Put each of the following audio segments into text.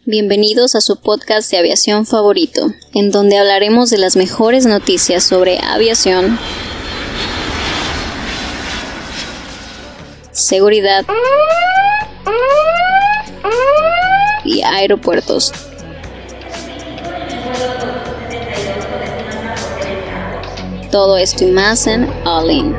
Bienvenidos a su podcast de aviación favorito, en donde hablaremos de las mejores noticias sobre aviación, seguridad y aeropuertos. Todo esto y más en All In.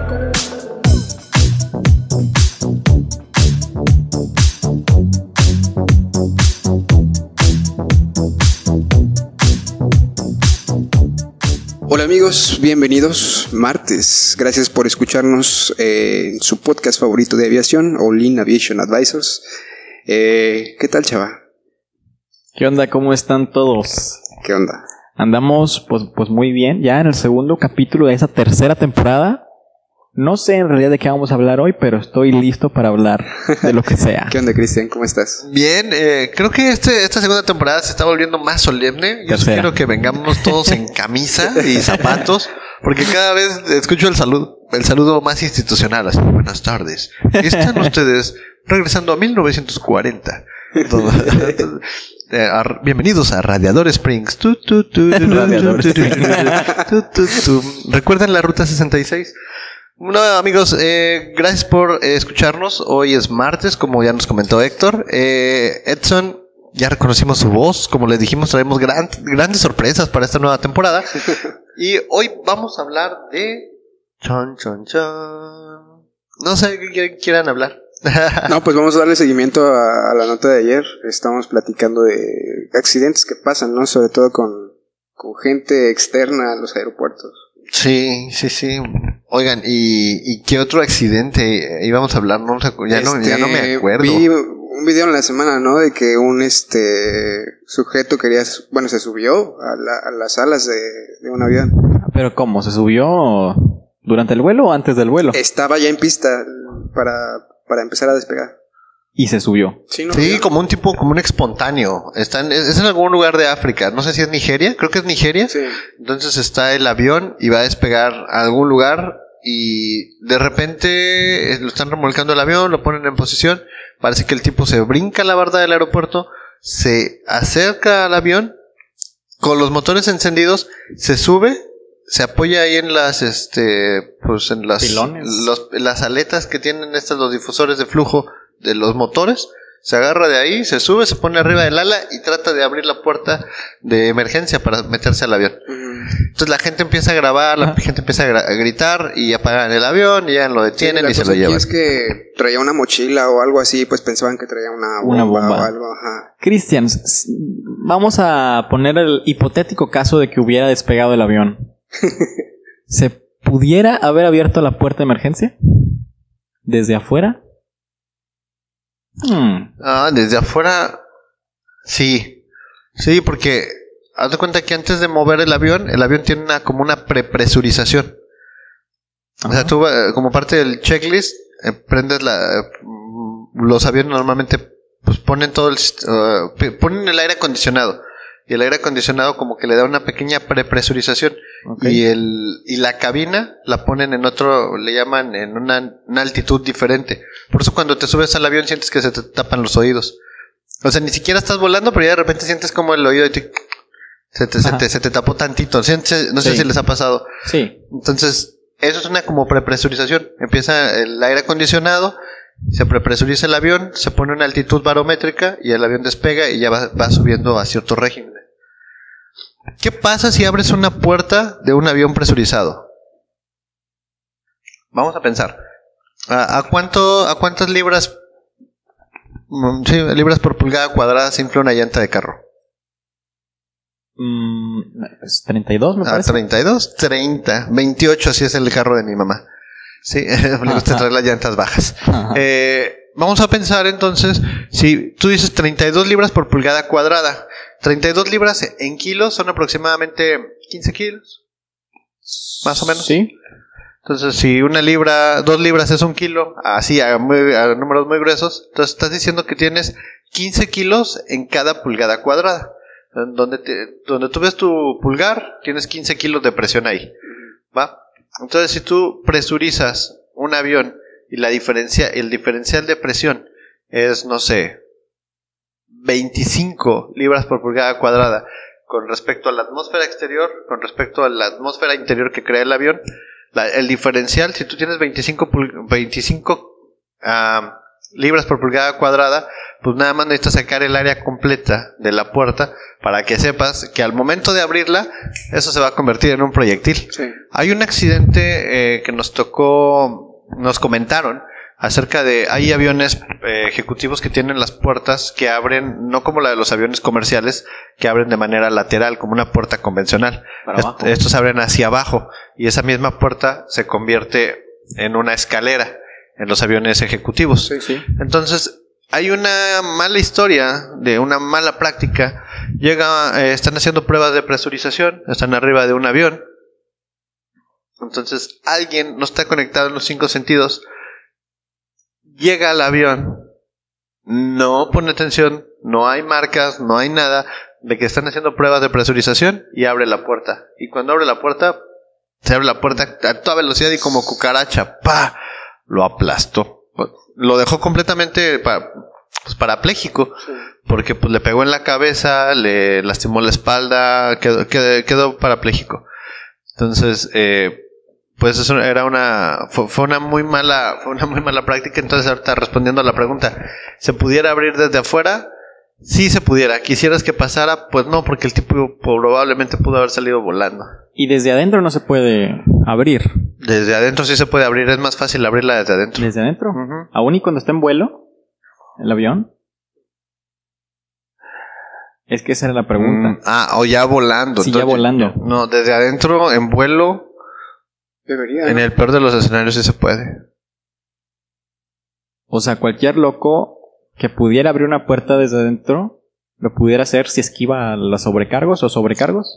Hola amigos, bienvenidos martes. Gracias por escucharnos en su podcast favorito de aviación, All In Aviation Advisors. ¿Qué tal, chava? ¿Qué onda? ¿Cómo están todos? ¿Qué onda? Andamos pues muy bien, ya en el segundo capítulo de esa tercera temporada. No sé en realidad de qué vamos a hablar hoy, pero estoy listo para hablar de lo que sea. ¿Qué onda, Cristian? ¿Cómo estás? Bien, creo que esta segunda temporada se está volviendo más solemne. Yo quiero que vengamos todos en camisa y zapatos, porque cada vez escucho el saludo más institucional, así, buenas tardes. Están ustedes regresando a 1940. Bienvenidos a Radiador Springs. Radiador Springs. ¿Recuerdan la Ruta 66? Bueno, amigos, gracias por escucharnos. Hoy es martes, como ya nos comentó Héctor. Edson, ya reconocimos su voz. Como les dijimos, traemos grandes sorpresas para esta nueva temporada. Y hoy vamos a hablar de... Chon. No sé qué quieran hablar. No, pues vamos a darle seguimiento a la nota de ayer. Estamos platicando de accidentes que pasan, ¿no? Sobre todo con gente externa a los aeropuertos. Sí. Oigan, ¿y qué otro accidente íbamos a hablar? Ya no me acuerdo. Vi un video en la semana, ¿no? De que un sujeto se subió a las alas de un avión. ¿Pero cómo? ¿Se subió durante el vuelo o antes del vuelo? Estaba ya en pista para empezar a despegar. Y se subió. Sí, como un espontáneo. Es en algún lugar de África. No sé si es Nigeria. Creo que es Nigeria. Sí. Entonces está el avión y va a despegar a algún lugar. Y de repente lo están remolcando el avión, lo ponen en posición. Parece que el tipo se brinca la barda del aeropuerto, se acerca al avión con los motores encendidos, se sube, se apoya ahí en las pilones, las aletas que tienen los difusores de flujo de los motores, se agarra de ahí, se sube, se pone arriba del ala y trata de abrir la puerta de emergencia para meterse al avión. Entonces la gente empieza a grabar, la gente empieza a gritar y apagan el avión y ya lo detienen y se lo llevan. Es que traía una mochila o algo así, pues pensaban que traía una bomba o algo. Ajá. Cristian, vamos a poner el hipotético caso de que hubiera despegado el avión. ¿Se pudiera haber abierto la puerta de emergencia? ¿Desde afuera? Desde afuera, sí, porque haz de cuenta que antes de mover el avión tiene como una prepresurización. O sea, tú como parte del checklist prendes los aviones normalmente pues ponen ponen el aire acondicionado. Y el aire acondicionado como que le da una pequeña prepresurización. Okay. Y la cabina la ponen le llaman en una altitud diferente. Por eso cuando te subes al avión sientes que se te tapan los oídos. O sea, ni siquiera estás volando, pero ya de repente sientes como el oído se te tapó tantito. No sé si les ha pasado. Sí. Entonces, eso es una como prepresurización. Empieza el aire acondicionado, se prepresuriza el avión, se pone una altitud barométrica y el avión despega y ya va subiendo a cierto régimen. ¿Qué pasa si abres una puerta de un avión presurizado? Vamos a pensar. ¿A cuántas libras por pulgada cuadrada se infla una llanta de carro? 32 me parece. 32, 30, 28, así es el carro de mi mamá. Sí, le gusta traer las llantas bajas. Vamos a pensar entonces, si tú dices 32 libras por pulgada cuadrada, 32 libras en kilos son aproximadamente 15 kilos, más o menos. Sí. Entonces, si 2 libras es 1 kilo, así a números muy gruesos, entonces estás diciendo que tienes 15 kilos en cada pulgada cuadrada. Donde tú ves tu pulgar, tienes 15 kilos de presión ahí, ¿va? Entonces, si tú presurizas un avión y el diferencial de presión es, no sé, 25 libras por pulgada cuadrada con respecto a la atmósfera exterior, con respecto a la atmósfera interior que crea el avión, el diferencial, si tú tienes 25 libras por pulgada cuadrada, pues nada más necesitas sacar el área completa de la puerta para que sepas que al momento de abrirla, eso se va a convertir en un proyectil. Sí. Hay un accidente que nos tocó, nos comentaron acerca de, hay aviones ejecutivos que tienen las puertas que abren, no como la de los aviones comerciales, que abren de manera lateral, como una puerta convencional. Estos abren hacia abajo y esa misma puerta se convierte en una escalera en los aviones ejecutivos. Sí, sí. Entonces, hay una mala historia de una mala práctica. Están haciendo pruebas de presurización, están arriba de un avión. Entonces, alguien no está conectado en los 5 sentidos. Llega al avión, no pone atención, no hay marcas, no hay nada de que están haciendo pruebas de presurización y abre la puerta. Y cuando abre la puerta, se abre la puerta a toda velocidad y como cucaracha, ¡pa! Lo aplastó. Lo dejó completamente parapléjico, sí. Porque pues, le pegó en la cabeza, le lastimó la espalda, quedó parapléjico. Entonces, pues eso era fue una muy mala práctica. Entonces, ahorita respondiendo a la pregunta, ¿se pudiera abrir desde afuera? Sí se pudiera. ¿Quisieras que pasara? Pues no, porque el tipo probablemente pudo haber salido volando. Y desde adentro no se puede abrir. Desde adentro sí se puede abrir, es más fácil abrirla desde adentro. ¿Desde adentro? Uh-huh. ¿Aún y cuando está en vuelo? ¿El avión? Es que esa era la pregunta. O ya volando. Sí, entonces, ya volando. No, desde adentro, en vuelo. Debería. En el peor de los escenarios sí se puede. O sea, cualquier loco que pudiera abrir una puerta desde adentro, ¿lo pudiera hacer si esquiva los sobrecargos o sobrecargos?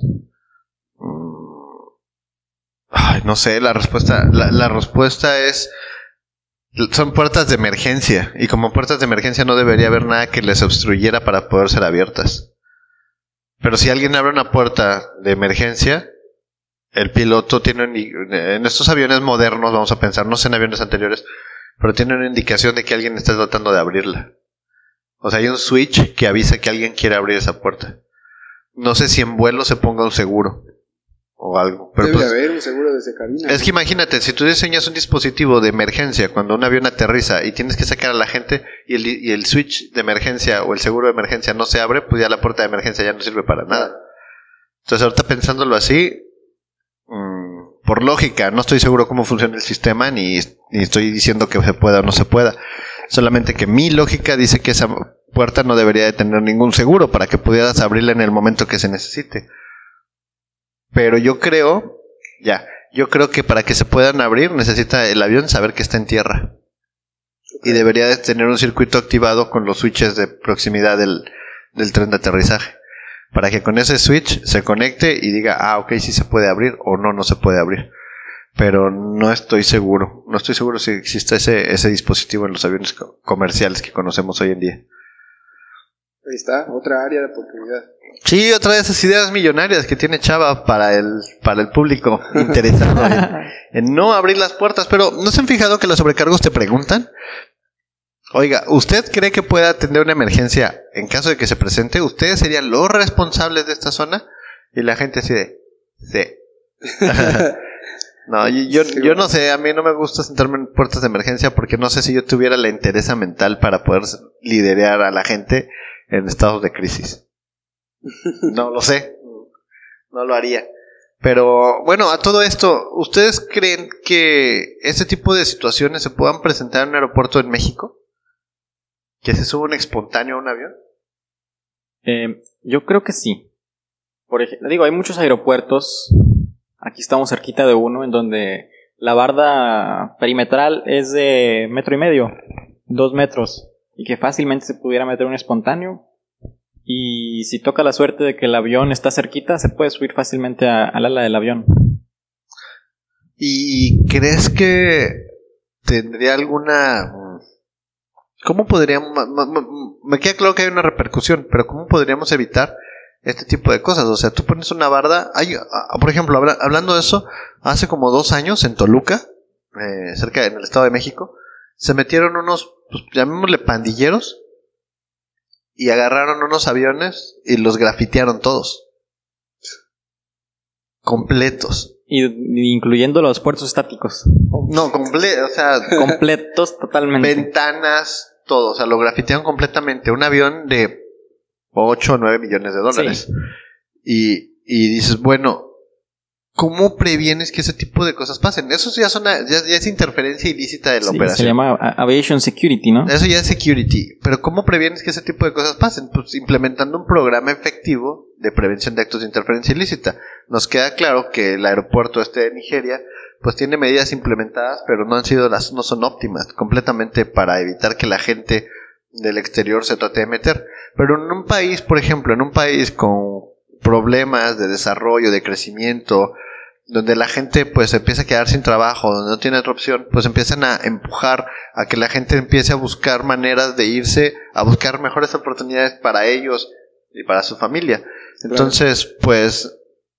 Ay, no sé, la respuesta es... Son puertas de emergencia. Y como puertas de emergencia no debería haber nada que les obstruyera para poder ser abiertas. Pero si alguien abre una puerta de emergencia, el piloto tiene... En estos aviones modernos, vamos a pensar, no sé en aviones anteriores, pero tiene una indicación de que alguien está tratando de abrirla. O sea, hay un switch que avisa que alguien quiere abrir esa puerta. No sé si en vuelo se ponga un seguro o algo. Pero debe haber un seguro desde cabina. Es que imagínate, si tú diseñas un dispositivo de emergencia cuando un avión aterriza y tienes que sacar a la gente y el switch de emergencia o el seguro de emergencia no se abre, pues ya la puerta de emergencia ya no sirve para nada. Entonces ahorita pensándolo así, por lógica, no estoy seguro cómo funciona el sistema ni estoy diciendo que se pueda o no se pueda. Solamente que mi lógica dice que esa puerta no debería de tener ningún seguro para que pudieras abrirla en el momento que se necesite. Pero yo creo que para que se puedan abrir necesita el avión saber que está en tierra. Y debería de tener un circuito activado con los switches de proximidad del tren de aterrizaje. Para que con ese switch se conecte y diga, ok, sí se puede abrir o no se puede abrir. Pero no estoy seguro. No estoy seguro si existe ese dispositivo en los aviones comerciales que conocemos hoy en día. Ahí está, otra área de oportunidad. Sí, otra de esas ideas millonarias que tiene Chava para el público interesado en no abrir las puertas. Pero ¿no se han fijado que los sobrecargos te preguntan? Oiga, ¿usted cree que pueda atender una emergencia en caso de que se presente? ¿Ustedes serían los responsables de esta zona? Y la gente así de... Sí. No, yo no sé, a mí no me gusta sentarme en puertas de emergencia porque no sé si yo tuviera la entereza mental para poder liderar a la gente en estados de crisis. No lo sé, no lo haría. Pero bueno, a todo esto, ¿ustedes creen que este tipo de situaciones se puedan presentar en un aeropuerto en México? ¿Que se suba un espontáneo a un avión? Yo creo que sí. Por ejemplo, hay muchos aeropuertos. Aquí estamos cerquita de uno en donde la barda perimetral es de 1.5 metros, 2 metros, y que fácilmente se pudiera meter un espontáneo. Y si toca la suerte de que el avión está cerquita, se puede subir fácilmente al ala del avión. ¿Y crees que tendría alguna... ¿Cómo podríamos... Me queda claro que hay una repercusión, pero ¿cómo podríamos evitar este tipo de cosas? O sea, tú pones una barda... por ejemplo, hablando de eso, hace como 2 años en Toluca, cerca en el Estado de México, se metieron unos, pues, llamémosle pandilleros, y agarraron unos aviones y los grafitearon todos. Completos. Y incluyendo los puertos estáticos. No, o sea, completos totalmente. Ventanas, todo. O sea, lo grafitearon completamente. Un avión de 8 o 9 millones de dólares. Sí. Y dices, bueno, ¿cómo previenes que ese tipo de cosas pasen? Eso ya es interferencia ilícita de la operación. Se llama Aviation Security, ¿no? Eso ya es security. Pero ¿cómo previenes que ese tipo de cosas pasen? Pues implementando un programa efectivo de prevención de actos de interferencia ilícita. Nos queda claro que el aeropuerto de Nigeria pues tiene medidas implementadas, pero no son óptimas completamente para evitar que la gente del exterior se trate de meter. Pero en un país, por ejemplo, con problemas de desarrollo, de crecimiento, donde la gente pues empieza a quedar sin trabajo, donde no tiene otra opción, pues empiezan a empujar a que la gente empiece a buscar maneras de irse, a buscar mejores oportunidades para ellos y para su familia. Entonces, pues,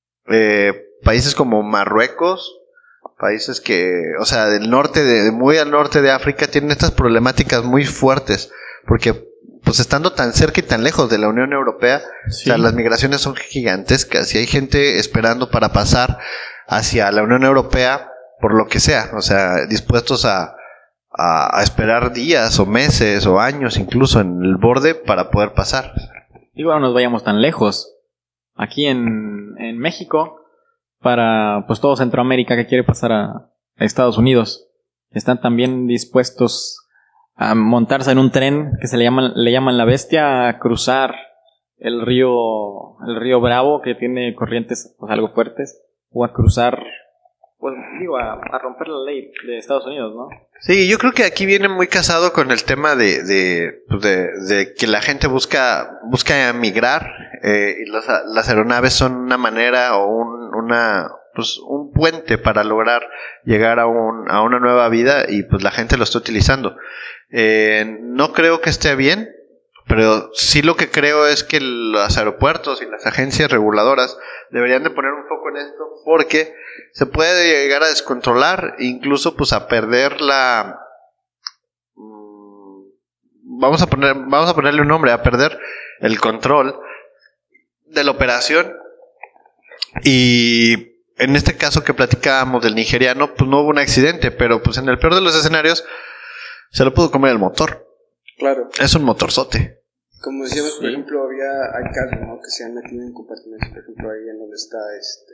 países como Marruecos, países que, o sea, del norte, muy al norte de África, tienen estas problemáticas muy fuertes, porque pues estando tan cerca y tan lejos de la Unión Europea, sí. O sea, las migraciones son gigantescas y hay gente esperando para pasar hacia la Unión Europea por lo que sea, o sea, dispuestos a esperar días o meses o años incluso en el borde para poder pasar. Digo, no nos vayamos tan lejos. Aquí en México, para pues todo Centroamérica que quiere pasar a Estados Unidos, están también dispuestos a montarse en un tren que le llaman La Bestia, a cruzar el río Bravo, que tiene corrientes pues algo fuertes, o a cruzar, pues digo, a romper la ley de Estados Unidos, ¿no? Sí, yo creo que aquí viene muy casado con el tema de que la gente busca migrar, y las aeronaves son una manera o un puente para lograr llegar a una nueva vida, y pues la gente lo está utilizando. No creo que esté bien, pero sí lo que creo es que los aeropuertos y las agencias reguladoras deberían de poner un foco en esto, porque se puede llegar a descontrolar, incluso pues a perder vamos a ponerle un nombre, a perder el control de la operación. Y en este caso que platicábamos del nigeriano, pues no hubo un accidente, pero pues en el peor de los escenarios se lo pudo comer el motor. Claro. Es un motorzote. Como decíamos, por ejemplo, hay casos, ¿no?, que se han metido en compartimentos, por ejemplo, ahí en donde está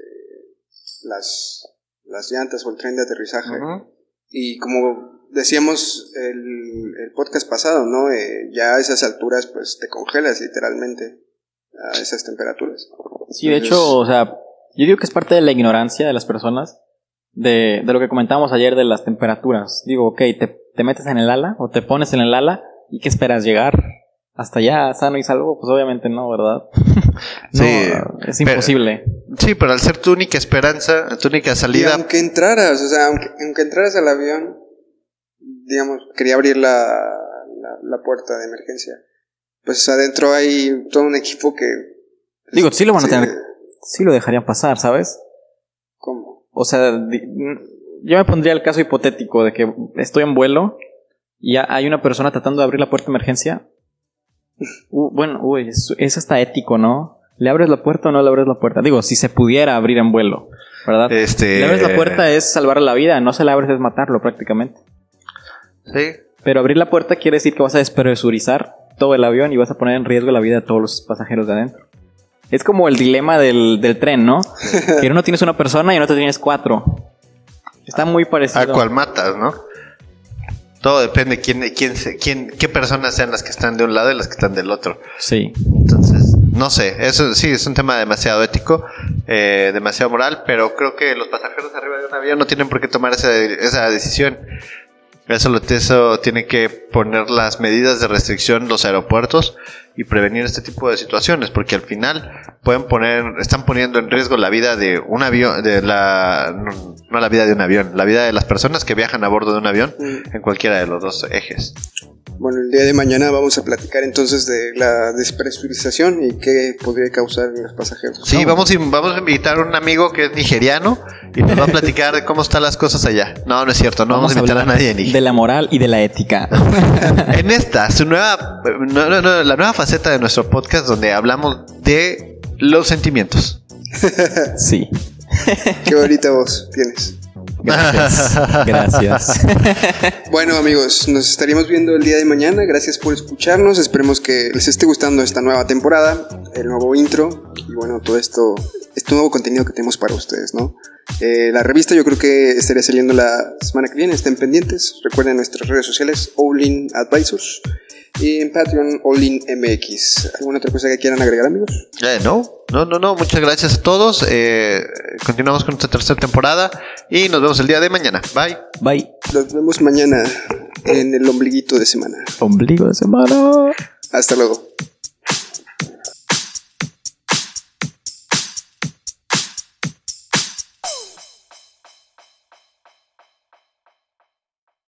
las llantas o el tren de aterrizaje. Uh-huh. Y como decíamos el podcast pasado, ¿no? Ya a esas alturas pues te congelas literalmente a esas temperaturas. Sí, de hecho, o sea, yo digo que es parte de la ignorancia de las personas de lo que comentábamos ayer de las temperaturas. Digo, ok, te metes en el ala o te pones en el ala y ¿qué esperas? ¿Llegar hasta allá sano y salvo? Pues obviamente no, ¿verdad? No, sí, es imposible. Pero al ser tu única esperanza, tu única salida... Y aunque entraras, o sea, aunque entraras al avión, digamos, quería abrir la puerta de emergencia, pues adentro hay todo un equipo que... Digo, sí lo van a tener, sí lo dejarían pasar, ¿sabes? ¿Cómo? O sea, yo me pondría el caso hipotético de que estoy en vuelo y hay una persona tratando de abrir la puerta de emergencia. Es hasta ético, ¿no? ¿Le abres la puerta o no le abres la puerta? Digo, si se pudiera abrir en vuelo, ¿verdad? Le abres la puerta es salvar la vida, no se la abres es matarlo prácticamente. Sí. Pero abrir la puerta quiere decir que vas a despresurizar todo el avión y vas a poner en riesgo la vida de todos los pasajeros de adentro. Es como el dilema del tren, ¿no? Que en uno tienes una persona y en otro tienes 4. Está muy parecido. ¿A cuál matas, no? Todo depende qué personas sean las que están de un lado y las que están del otro. Sí. Entonces, no sé, eso sí es un tema demasiado ético, demasiado moral, pero creo que los pasajeros arriba de un avión no tienen por qué tomar esa decisión. Eso tiene que poner las medidas de restricción los aeropuertos y prevenir este tipo de situaciones, porque al final están poniendo en riesgo la vida de un avión, no la vida de un avión, la vida de las personas que viajan a bordo de un avión en cualquiera de los dos ejes. Bueno, el día de mañana vamos a platicar entonces de la despresurización y qué podría causar en los pasajeros. Sí, vamos a invitar a un amigo que es nigeriano y nos va a platicar de cómo están las cosas allá. No, no es cierto, no vamos a invitar a nadie de Nigeria. De la moral y de la ética. En esta, la nueva faceta de nuestro podcast donde hablamos de los sentimientos. Sí. Qué bonita voz tienes. Gracias. Bueno, amigos, nos estaríamos viendo el día de mañana. Gracias por escucharnos. Esperemos que les esté gustando esta nueva temporada, el nuevo intro y bueno, todo este nuevo contenido que tenemos para ustedes, ¿no? La revista yo creo que estaría saliendo la semana que viene. Estén pendientes. Recuerden nuestras redes sociales, All-In Advisors, y en Patreon, All-In MX. ¿Alguna otra cosa que quieran agregar, amigos? No. Muchas gracias a todos. Continuamos con nuestra tercera temporada y nos vemos el día de mañana. Bye. Bye. Nos vemos mañana en el ombliguito de semana. Ombligo de semana. Hasta luego.